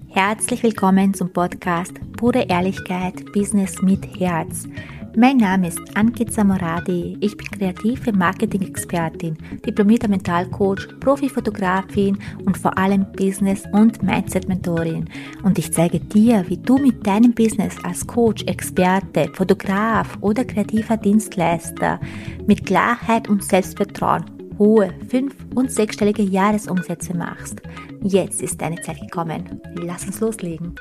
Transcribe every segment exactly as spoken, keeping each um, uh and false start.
Herzlich willkommen zum Podcast Pure Ehrlichkeit, Business mit Herz. Mein Name ist Ankit Samoradi, ich bin kreative Marketing-Expertin, diplomierter Mentalcoach, Profifotografin und vor allem Business- und Mindset-Mentorin. Und ich zeige dir, wie du mit deinem Business als Coach, Experte, Fotograf oder kreativer Dienstleister mit Klarheit und Selbstvertrauen hohe fünf- und sechsstellige Jahresumsätze machst. Jetzt ist deine Zeit gekommen. Lass uns loslegen.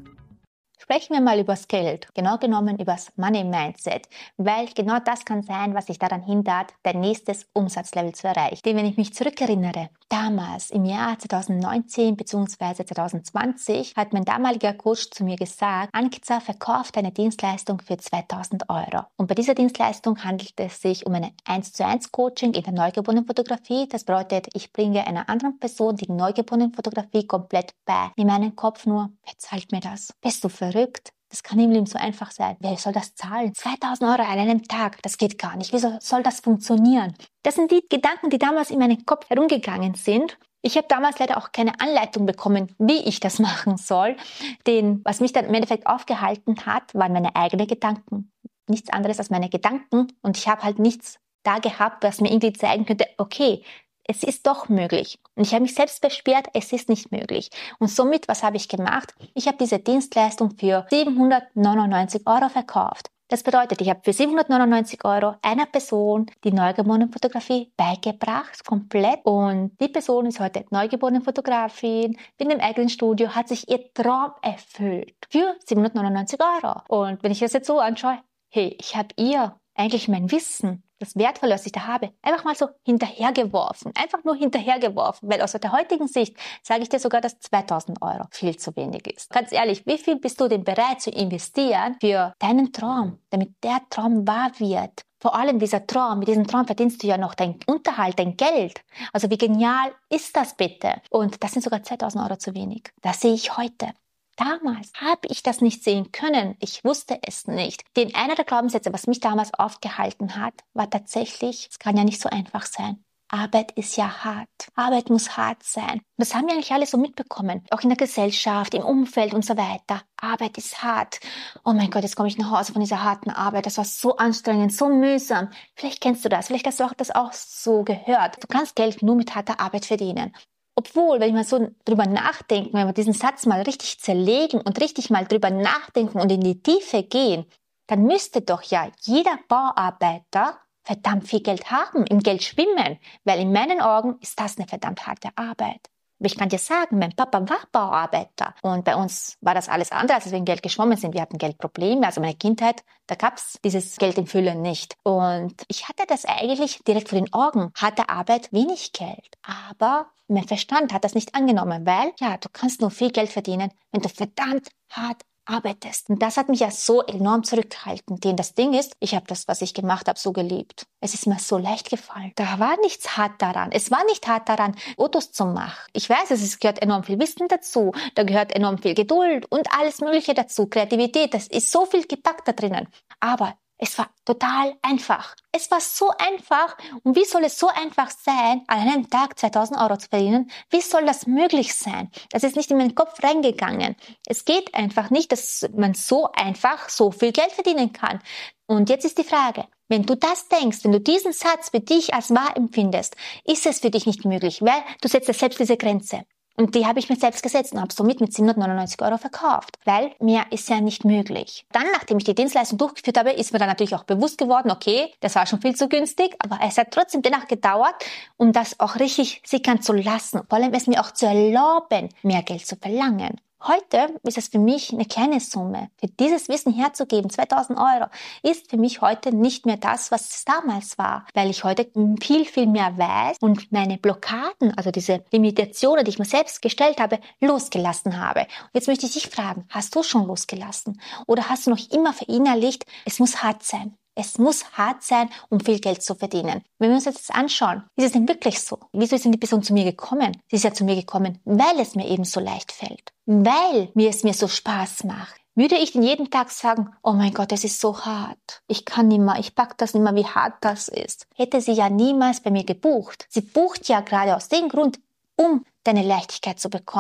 Sprechen wir mal übers Geld, genau genommen übers Money Mindset, weil genau das kann sein, was dich daran hindert, dein nächstes Umsatzlevel zu erreichen. Denn wenn ich mich zurückerinnere, damals im Jahr zwanzig neunzehn bzw. zwanzig zwanzig hat mein damaliger Coach zu mir gesagt, Ankitza, verkauf deine Dienstleistung für zweitausend Euro. Und bei dieser Dienstleistung handelt es sich um eine eins zu eins Coaching in der Neugeborenen-Fotografie. Das bedeutet, ich bringe einer anderen Person die Neugeborenen-Fotografie komplett bei. In meinem Kopf nur, wer zahlt mir das? Bist du verrückt? Das kann im Leben so einfach sein. Wer soll das zahlen? zweitausend Euro an einem Tag, das geht gar nicht. Wieso soll das funktionieren? Das sind die Gedanken, die damals in meinem Kopf herumgegangen sind. Ich habe damals leider auch keine Anleitung bekommen, wie ich das machen soll. Denn was mich dann im Endeffekt aufgehalten hat, waren meine eigenen Gedanken. Nichts anderes als meine Gedanken. Und ich habe halt nichts da gehabt, was mir irgendwie zeigen könnte, okay, es ist doch möglich. Und ich habe mich selbst beschwert, es ist nicht möglich. Und somit, was habe ich gemacht? Ich habe diese Dienstleistung für siebenhundertneunundneunzig Euro verkauft. Das bedeutet, ich habe für siebenhundertneunundneunzig Euro einer Person die Neugeborenen-Fotografie beigebracht, komplett. Und die Person ist heute Neugeborenen-Fotografin, in dem eigenen Studio, hat sich ihr Traum erfüllt für siebenhundertneunundneunzig Euro. Und wenn ich das jetzt so anschaue, hey, ich habe ihr eigentlich mein Wissen, das Wertvolle, was ich da habe, einfach mal so hinterhergeworfen. Einfach nur hinterhergeworfen. Weil aus der heutigen Sicht sage ich dir sogar, dass zweitausend Euro viel zu wenig ist. Ganz ehrlich, wie viel bist du denn bereit zu investieren für deinen Traum, damit der Traum wahr wird? Vor allem dieser Traum, mit diesem Traum verdienst du ja noch deinen Unterhalt, dein Geld. Also wie genial ist das bitte? Und das sind sogar zweitausend Euro zu wenig. Das sehe ich heute. Damals habe ich das nicht sehen können. Ich wusste es nicht. Denn einer der Glaubenssätze, was mich damals aufgehalten hat, war tatsächlich, es kann ja nicht so einfach sein. Arbeit ist ja hart. Arbeit muss hart sein. Und das haben wir eigentlich alle so mitbekommen. Auch in der Gesellschaft, im Umfeld und so weiter. Arbeit ist hart. Oh mein Gott, jetzt komme ich nach Hause von dieser harten Arbeit. Das war so anstrengend, so mühsam. Vielleicht kennst du das. Vielleicht hast du auch das auch so gehört. Du kannst Geld nur mit harter Arbeit verdienen. Obwohl, wenn ich mal so drüber nachdenke, wenn wir diesen Satz mal richtig zerlegen und richtig mal drüber nachdenken und in die Tiefe gehen, dann müsste doch ja jeder Bauarbeiter verdammt viel Geld haben, im Geld schwimmen, weil in meinen Augen ist das eine verdammt harte Arbeit. Aber ich kann dir sagen, mein Papa war Bauarbeiter und bei uns war das alles andere, als wir in Geld geschwommen sind. Wir hatten Geldprobleme, also meine Kindheit, da gab's dieses Geld in Fülle nicht. Und ich hatte das eigentlich direkt vor den Augen, harte Arbeit, wenig Geld. Aber mein Verstand hat das nicht angenommen, weil, ja, du kannst nur viel Geld verdienen, wenn du verdammt hart arbeitest. Und das hat mich ja so enorm zurückgehalten. Denn das Ding ist, ich habe das, was ich gemacht habe, so geliebt. Es ist mir so leicht gefallen. Da war nichts hart daran. Es war nicht hart daran, Fotos zu machen. Ich weiß, es gehört enorm viel Wissen dazu. Da gehört enorm viel Geduld und alles Mögliche dazu. Kreativität, das ist so viel gepackt da drinnen. Aber es war total einfach. Es war so einfach. Und wie soll es so einfach sein, an einem Tag zweitausend Euro zu verdienen? Wie soll das möglich sein? Das ist nicht in meinen Kopf reingegangen. Es geht einfach nicht, dass man so einfach so viel Geld verdienen kann. Und jetzt ist die Frage, wenn du das denkst, wenn du diesen Satz für dich als wahr empfindest, ist es für dich nicht möglich, weil du setzt dir selbst diese Grenze. Und die habe ich mir selbst gesetzt und habe somit mit siebenhundertneunundneunzig Euro verkauft, weil mehr ist ja nicht möglich. Dann, nachdem ich die Dienstleistung durchgeführt habe, ist mir dann natürlich auch bewusst geworden, okay, das war schon viel zu günstig, aber es hat trotzdem dennoch gedauert, um das auch richtig sickern zu lassen. Vor allem es mir auch zu erlauben, mehr Geld zu verlangen. Heute ist es für mich eine kleine Summe. Für dieses Wissen herzugeben, zweitausend Euro, ist für mich heute nicht mehr das, was es damals war, weil ich heute viel, viel mehr weiß und meine Blockaden, also diese Limitationen, die ich mir selbst gestellt habe, losgelassen habe. Und jetzt möchte ich dich fragen, hast du schon losgelassen? Oder hast du noch immer verinnerlicht, es muss hart sein? Es muss hart sein, um viel Geld zu verdienen. Wenn wir uns jetzt anschauen, ist es denn wirklich so? Wieso ist denn die Person zu mir gekommen? Sie ist ja zu mir gekommen, weil es mir eben so leicht fällt. Weil mir es mir so Spaß macht. Würde ich denn jeden Tag sagen, oh mein Gott, es ist so hart. Ich kann nicht mehr, ich pack das nicht mehr, wie hart das ist. Hätte sie ja niemals bei mir gebucht. Sie bucht ja gerade aus dem Grund, um deine Leichtigkeit zu bekommen.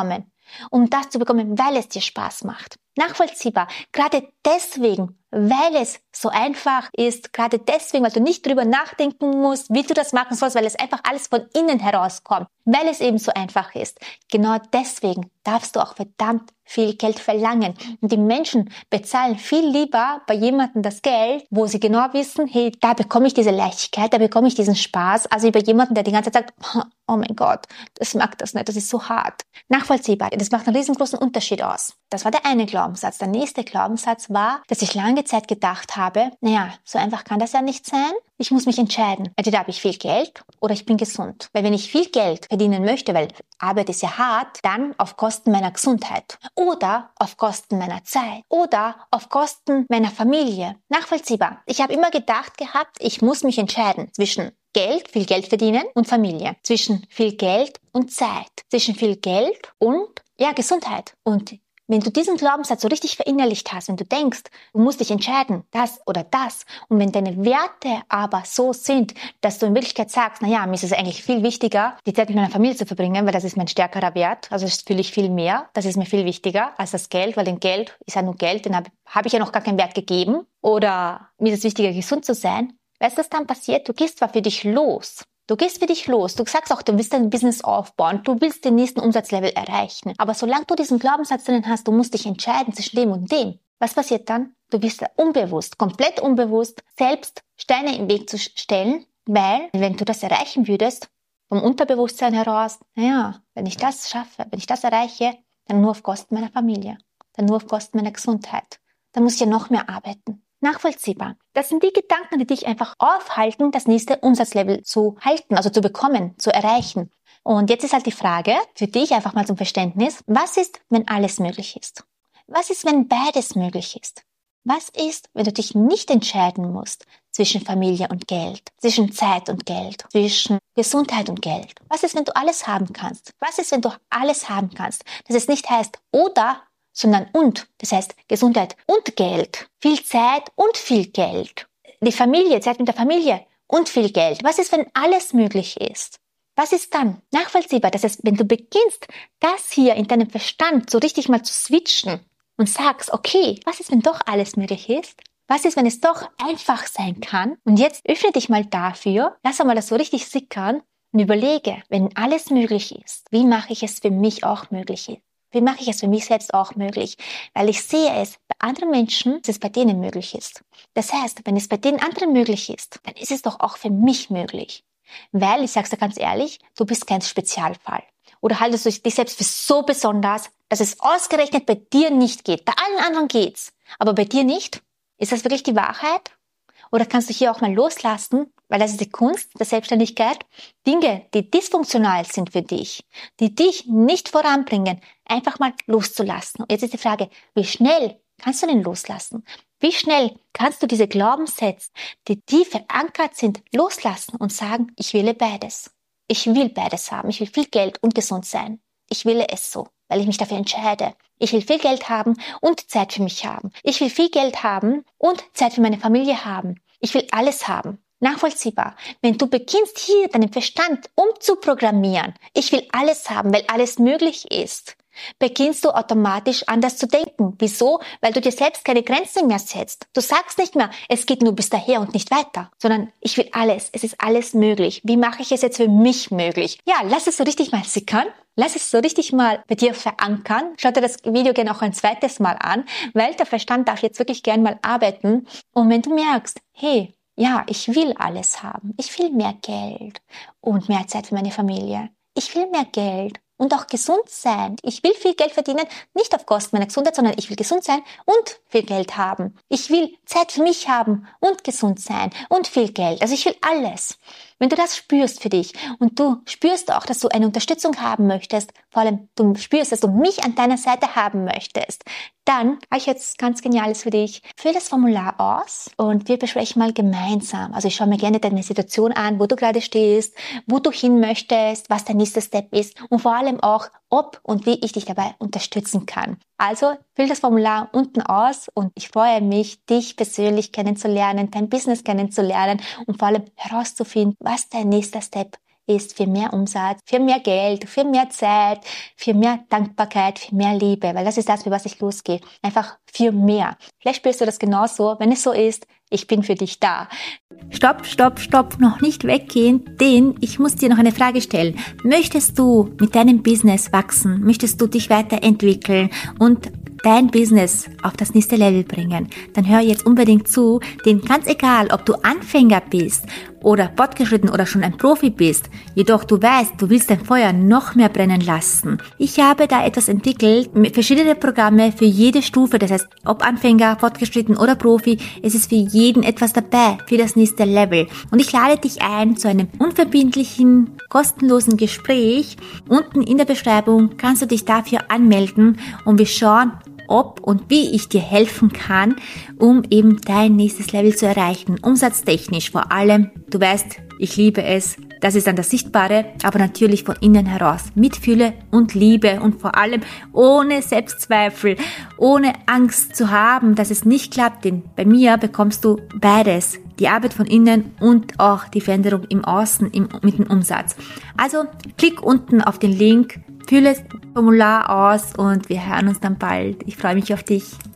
um das zu bekommen, weil es dir Spaß macht. Nachvollziehbar. Gerade deswegen, weil es so einfach ist, gerade deswegen, weil du nicht drüber nachdenken musst, wie du das machen sollst, weil es einfach alles von innen herauskommt, weil es eben so einfach ist. Genau deswegen darfst du auch verdammt viel Geld verlangen. Und die Menschen bezahlen viel lieber bei jemandem das Geld, wo sie genau wissen, hey, da bekomme ich diese Leichtigkeit, da bekomme ich diesen Spaß, also über jemanden, der die ganze Zeit sagt, oh mein Gott, das mag das nicht, das ist so hart. Nachvollziehbar, das macht einen riesengroßen Unterschied aus. Das war der eine Glaubenssatz. Der nächste Glaubenssatz war, dass ich lange Zeit gedacht habe, naja, so einfach kann das ja nicht sein. Ich muss mich entscheiden. Entweder habe ich viel Geld oder ich bin gesund. Weil wenn ich viel Geld verdienen möchte, weil Arbeit ist ja hart, dann auf Kosten meiner Gesundheit oder auf Kosten meiner Zeit oder auf Kosten meiner Familie. Nachvollziehbar. Ich habe immer gedacht gehabt, ich muss mich entscheiden zwischen Geld, viel Geld verdienen und Familie. Zwischen viel Geld und Zeit. Zwischen viel Geld und, ja, Gesundheit. Und wenn du diesen Glaubenssatz so richtig verinnerlicht hast, wenn du denkst, du musst dich entscheiden, das oder das, und wenn deine Werte aber so sind, dass du in Wirklichkeit sagst, naja, mir ist es eigentlich viel wichtiger, die Zeit mit meiner Familie zu verbringen, weil das ist mein stärkerer Wert, also das fühle ich viel mehr, das ist mir viel wichtiger als das Geld, weil den Geld ist ja nur Geld, den habe hab ich ja noch gar keinen Wert gegeben, oder mir ist es wichtiger, gesund zu sein. Weißt du, was dann passiert? Du gehst zwar für dich los, Du gehst für dich los. Du sagst auch, du willst dein Business aufbauen. Du willst den nächsten Umsatzlevel erreichen. Aber solange du diesen Glaubenssatz drin hast, du musst dich entscheiden zwischen dem und dem. Was passiert dann? Du wirst unbewusst, komplett unbewusst, selbst Steine im Weg zu stellen, weil, wenn du das erreichen würdest, vom Unterbewusstsein heraus, naja, wenn ich das schaffe, wenn ich das erreiche, dann nur auf Kosten meiner Familie, dann nur auf Kosten meiner Gesundheit. Dann muss ich ja noch mehr arbeiten. Nachvollziehbar. Das sind die Gedanken, die dich einfach aufhalten, das nächste Umsatzlevel zu halten, also zu bekommen, zu erreichen. Und jetzt ist halt die Frage, für dich einfach mal zum Verständnis, was ist, wenn alles möglich ist? Was ist, wenn beides möglich ist? Was ist, wenn du dich nicht entscheiden musst zwischen Familie und Geld, zwischen Zeit und Geld, zwischen Gesundheit und Geld? Was ist, wenn du alles haben kannst? Was ist, wenn du alles haben kannst? Dass es nicht heißt oder, sondern und. Das heißt Gesundheit und Geld. Viel Zeit und viel Geld. Die Familie, Zeit mit der Familie und viel Geld. Was ist, wenn alles möglich ist? Was ist dann? Nachvollziehbar. Das heißt, wenn du beginnst, das hier in deinem Verstand so richtig mal zu switchen und sagst, okay, was ist, wenn doch alles möglich ist? Was ist, wenn es doch einfach sein kann? Und jetzt öffne dich mal dafür, lass einmal das so richtig sickern und überlege, wenn alles möglich ist, wie mache ich es für mich auch möglich? Wie mache ich es für mich selbst auch möglich? Weil ich sehe es bei anderen Menschen, dass es bei denen möglich ist. Das heißt, wenn es bei den anderen möglich ist, dann ist es doch auch für mich möglich. Weil, ich sag's dir ganz ehrlich, du bist kein Spezialfall. Oder haltest du dich selbst für so besonders, dass es ausgerechnet bei dir nicht geht. Bei allen anderen geht's, aber bei dir nicht? Ist das wirklich die Wahrheit? Oder kannst du hier auch mal loslassen, weil das ist die Kunst der Selbstständigkeit, Dinge, die dysfunktional sind für dich, die dich nicht voranbringen, einfach mal loszulassen. Und jetzt ist die Frage, wie schnell kannst du den loslassen? Wie schnell kannst du diese Glaubenssätze, die tief verankert sind, loslassen und sagen, ich will beides. Ich will beides haben. Ich will viel Geld und gesund sein. Ich will es so, weil ich mich dafür entscheide. Ich will viel Geld haben und Zeit für mich haben. Ich will viel Geld haben und Zeit für meine Familie haben. Ich will alles haben. Nachvollziehbar. Wenn du beginnst, hier deinen Verstand umzuprogrammieren, ich will alles haben, weil alles möglich ist, beginnst du automatisch anders zu denken. Wieso? Weil du dir selbst keine Grenzen mehr setzt. Du sagst nicht mehr, es geht nur bis daher und nicht weiter, sondern ich will alles. Es ist alles möglich. Wie mache ich es jetzt für mich möglich? Ja, lass es so richtig mal sickern. Lass es so richtig mal bei dir verankern. Schau dir das Video gerne auch ein zweites Mal an, weil der Verstand darf jetzt wirklich gern mal arbeiten. Und wenn du merkst, hey, ja, ich will alles haben. Ich will mehr Geld und mehr Zeit für meine Familie. Ich will mehr Geld und auch gesund sein. Ich will viel Geld verdienen, nicht auf Kosten meiner Gesundheit, sondern ich will gesund sein und viel Geld haben. Ich will Zeit für mich haben und gesund sein und viel Geld. Also ich will alles. Wenn du das spürst für dich und du spürst auch, dass du eine Unterstützung haben möchtest, vor allem du spürst, dass du mich an deiner Seite haben möchtest, dann habe ich jetzt ganz Geniales für dich. Füll das Formular aus und wir besprechen mal gemeinsam. Also ich schaue mir gerne deine Situation an, wo du gerade stehst, wo du hin möchtest, was dein nächster Step ist und vor allem auch, ob und wie ich dich dabei unterstützen kann. Also füll das Formular unten aus und ich freue mich, dich persönlich kennenzulernen, dein Business kennenzulernen und vor allem herauszufinden, was dein nächster Step ist für mehr Umsatz, für mehr Geld, für mehr Zeit, für mehr Dankbarkeit, für mehr Liebe, weil das ist das, für was ich losgehe. Einfach für mehr. Vielleicht spürst du das genauso. Wenn es so ist, ich bin für dich da. Stopp, stopp, stopp, noch nicht weggehen, denn ich muss dir noch eine Frage stellen. Möchtest du mit deinem Business wachsen? Möchtest du dich weiterentwickeln und dein Business auf das nächste Level bringen? Dann hör jetzt unbedingt zu, denn ganz egal, ob du Anfänger bist oder fortgeschritten oder schon ein Profi bist, jedoch du weißt, du willst dein Feuer noch mehr brennen lassen. Ich habe da etwas entwickelt, mit verschiedene Programme für jede Stufe, das heißt, ob Anfänger, fortgeschritten oder Profi, es ist für jeden etwas dabei, für das nächste Level. Und ich lade dich ein zu einem unverbindlichen, kostenlosen Gespräch. Unten in der Beschreibung kannst du dich dafür anmelden und wir schauen, ob und wie ich dir helfen kann, um eben dein nächstes Level zu erreichen. Umsatztechnisch vor allem. Du weißt, ich liebe es. Das ist dann das Sichtbare, aber natürlich von innen heraus. Mit Fülle und Liebe und vor allem ohne Selbstzweifel, ohne Angst zu haben, dass es nicht klappt. Denn bei mir bekommst du beides. Die Arbeit von innen und auch die Veränderung im Außen im, mit dem Umsatz. Also klick unten auf den Link, fülle das Formular aus und wir hören uns dann bald. Ich freue mich auf dich.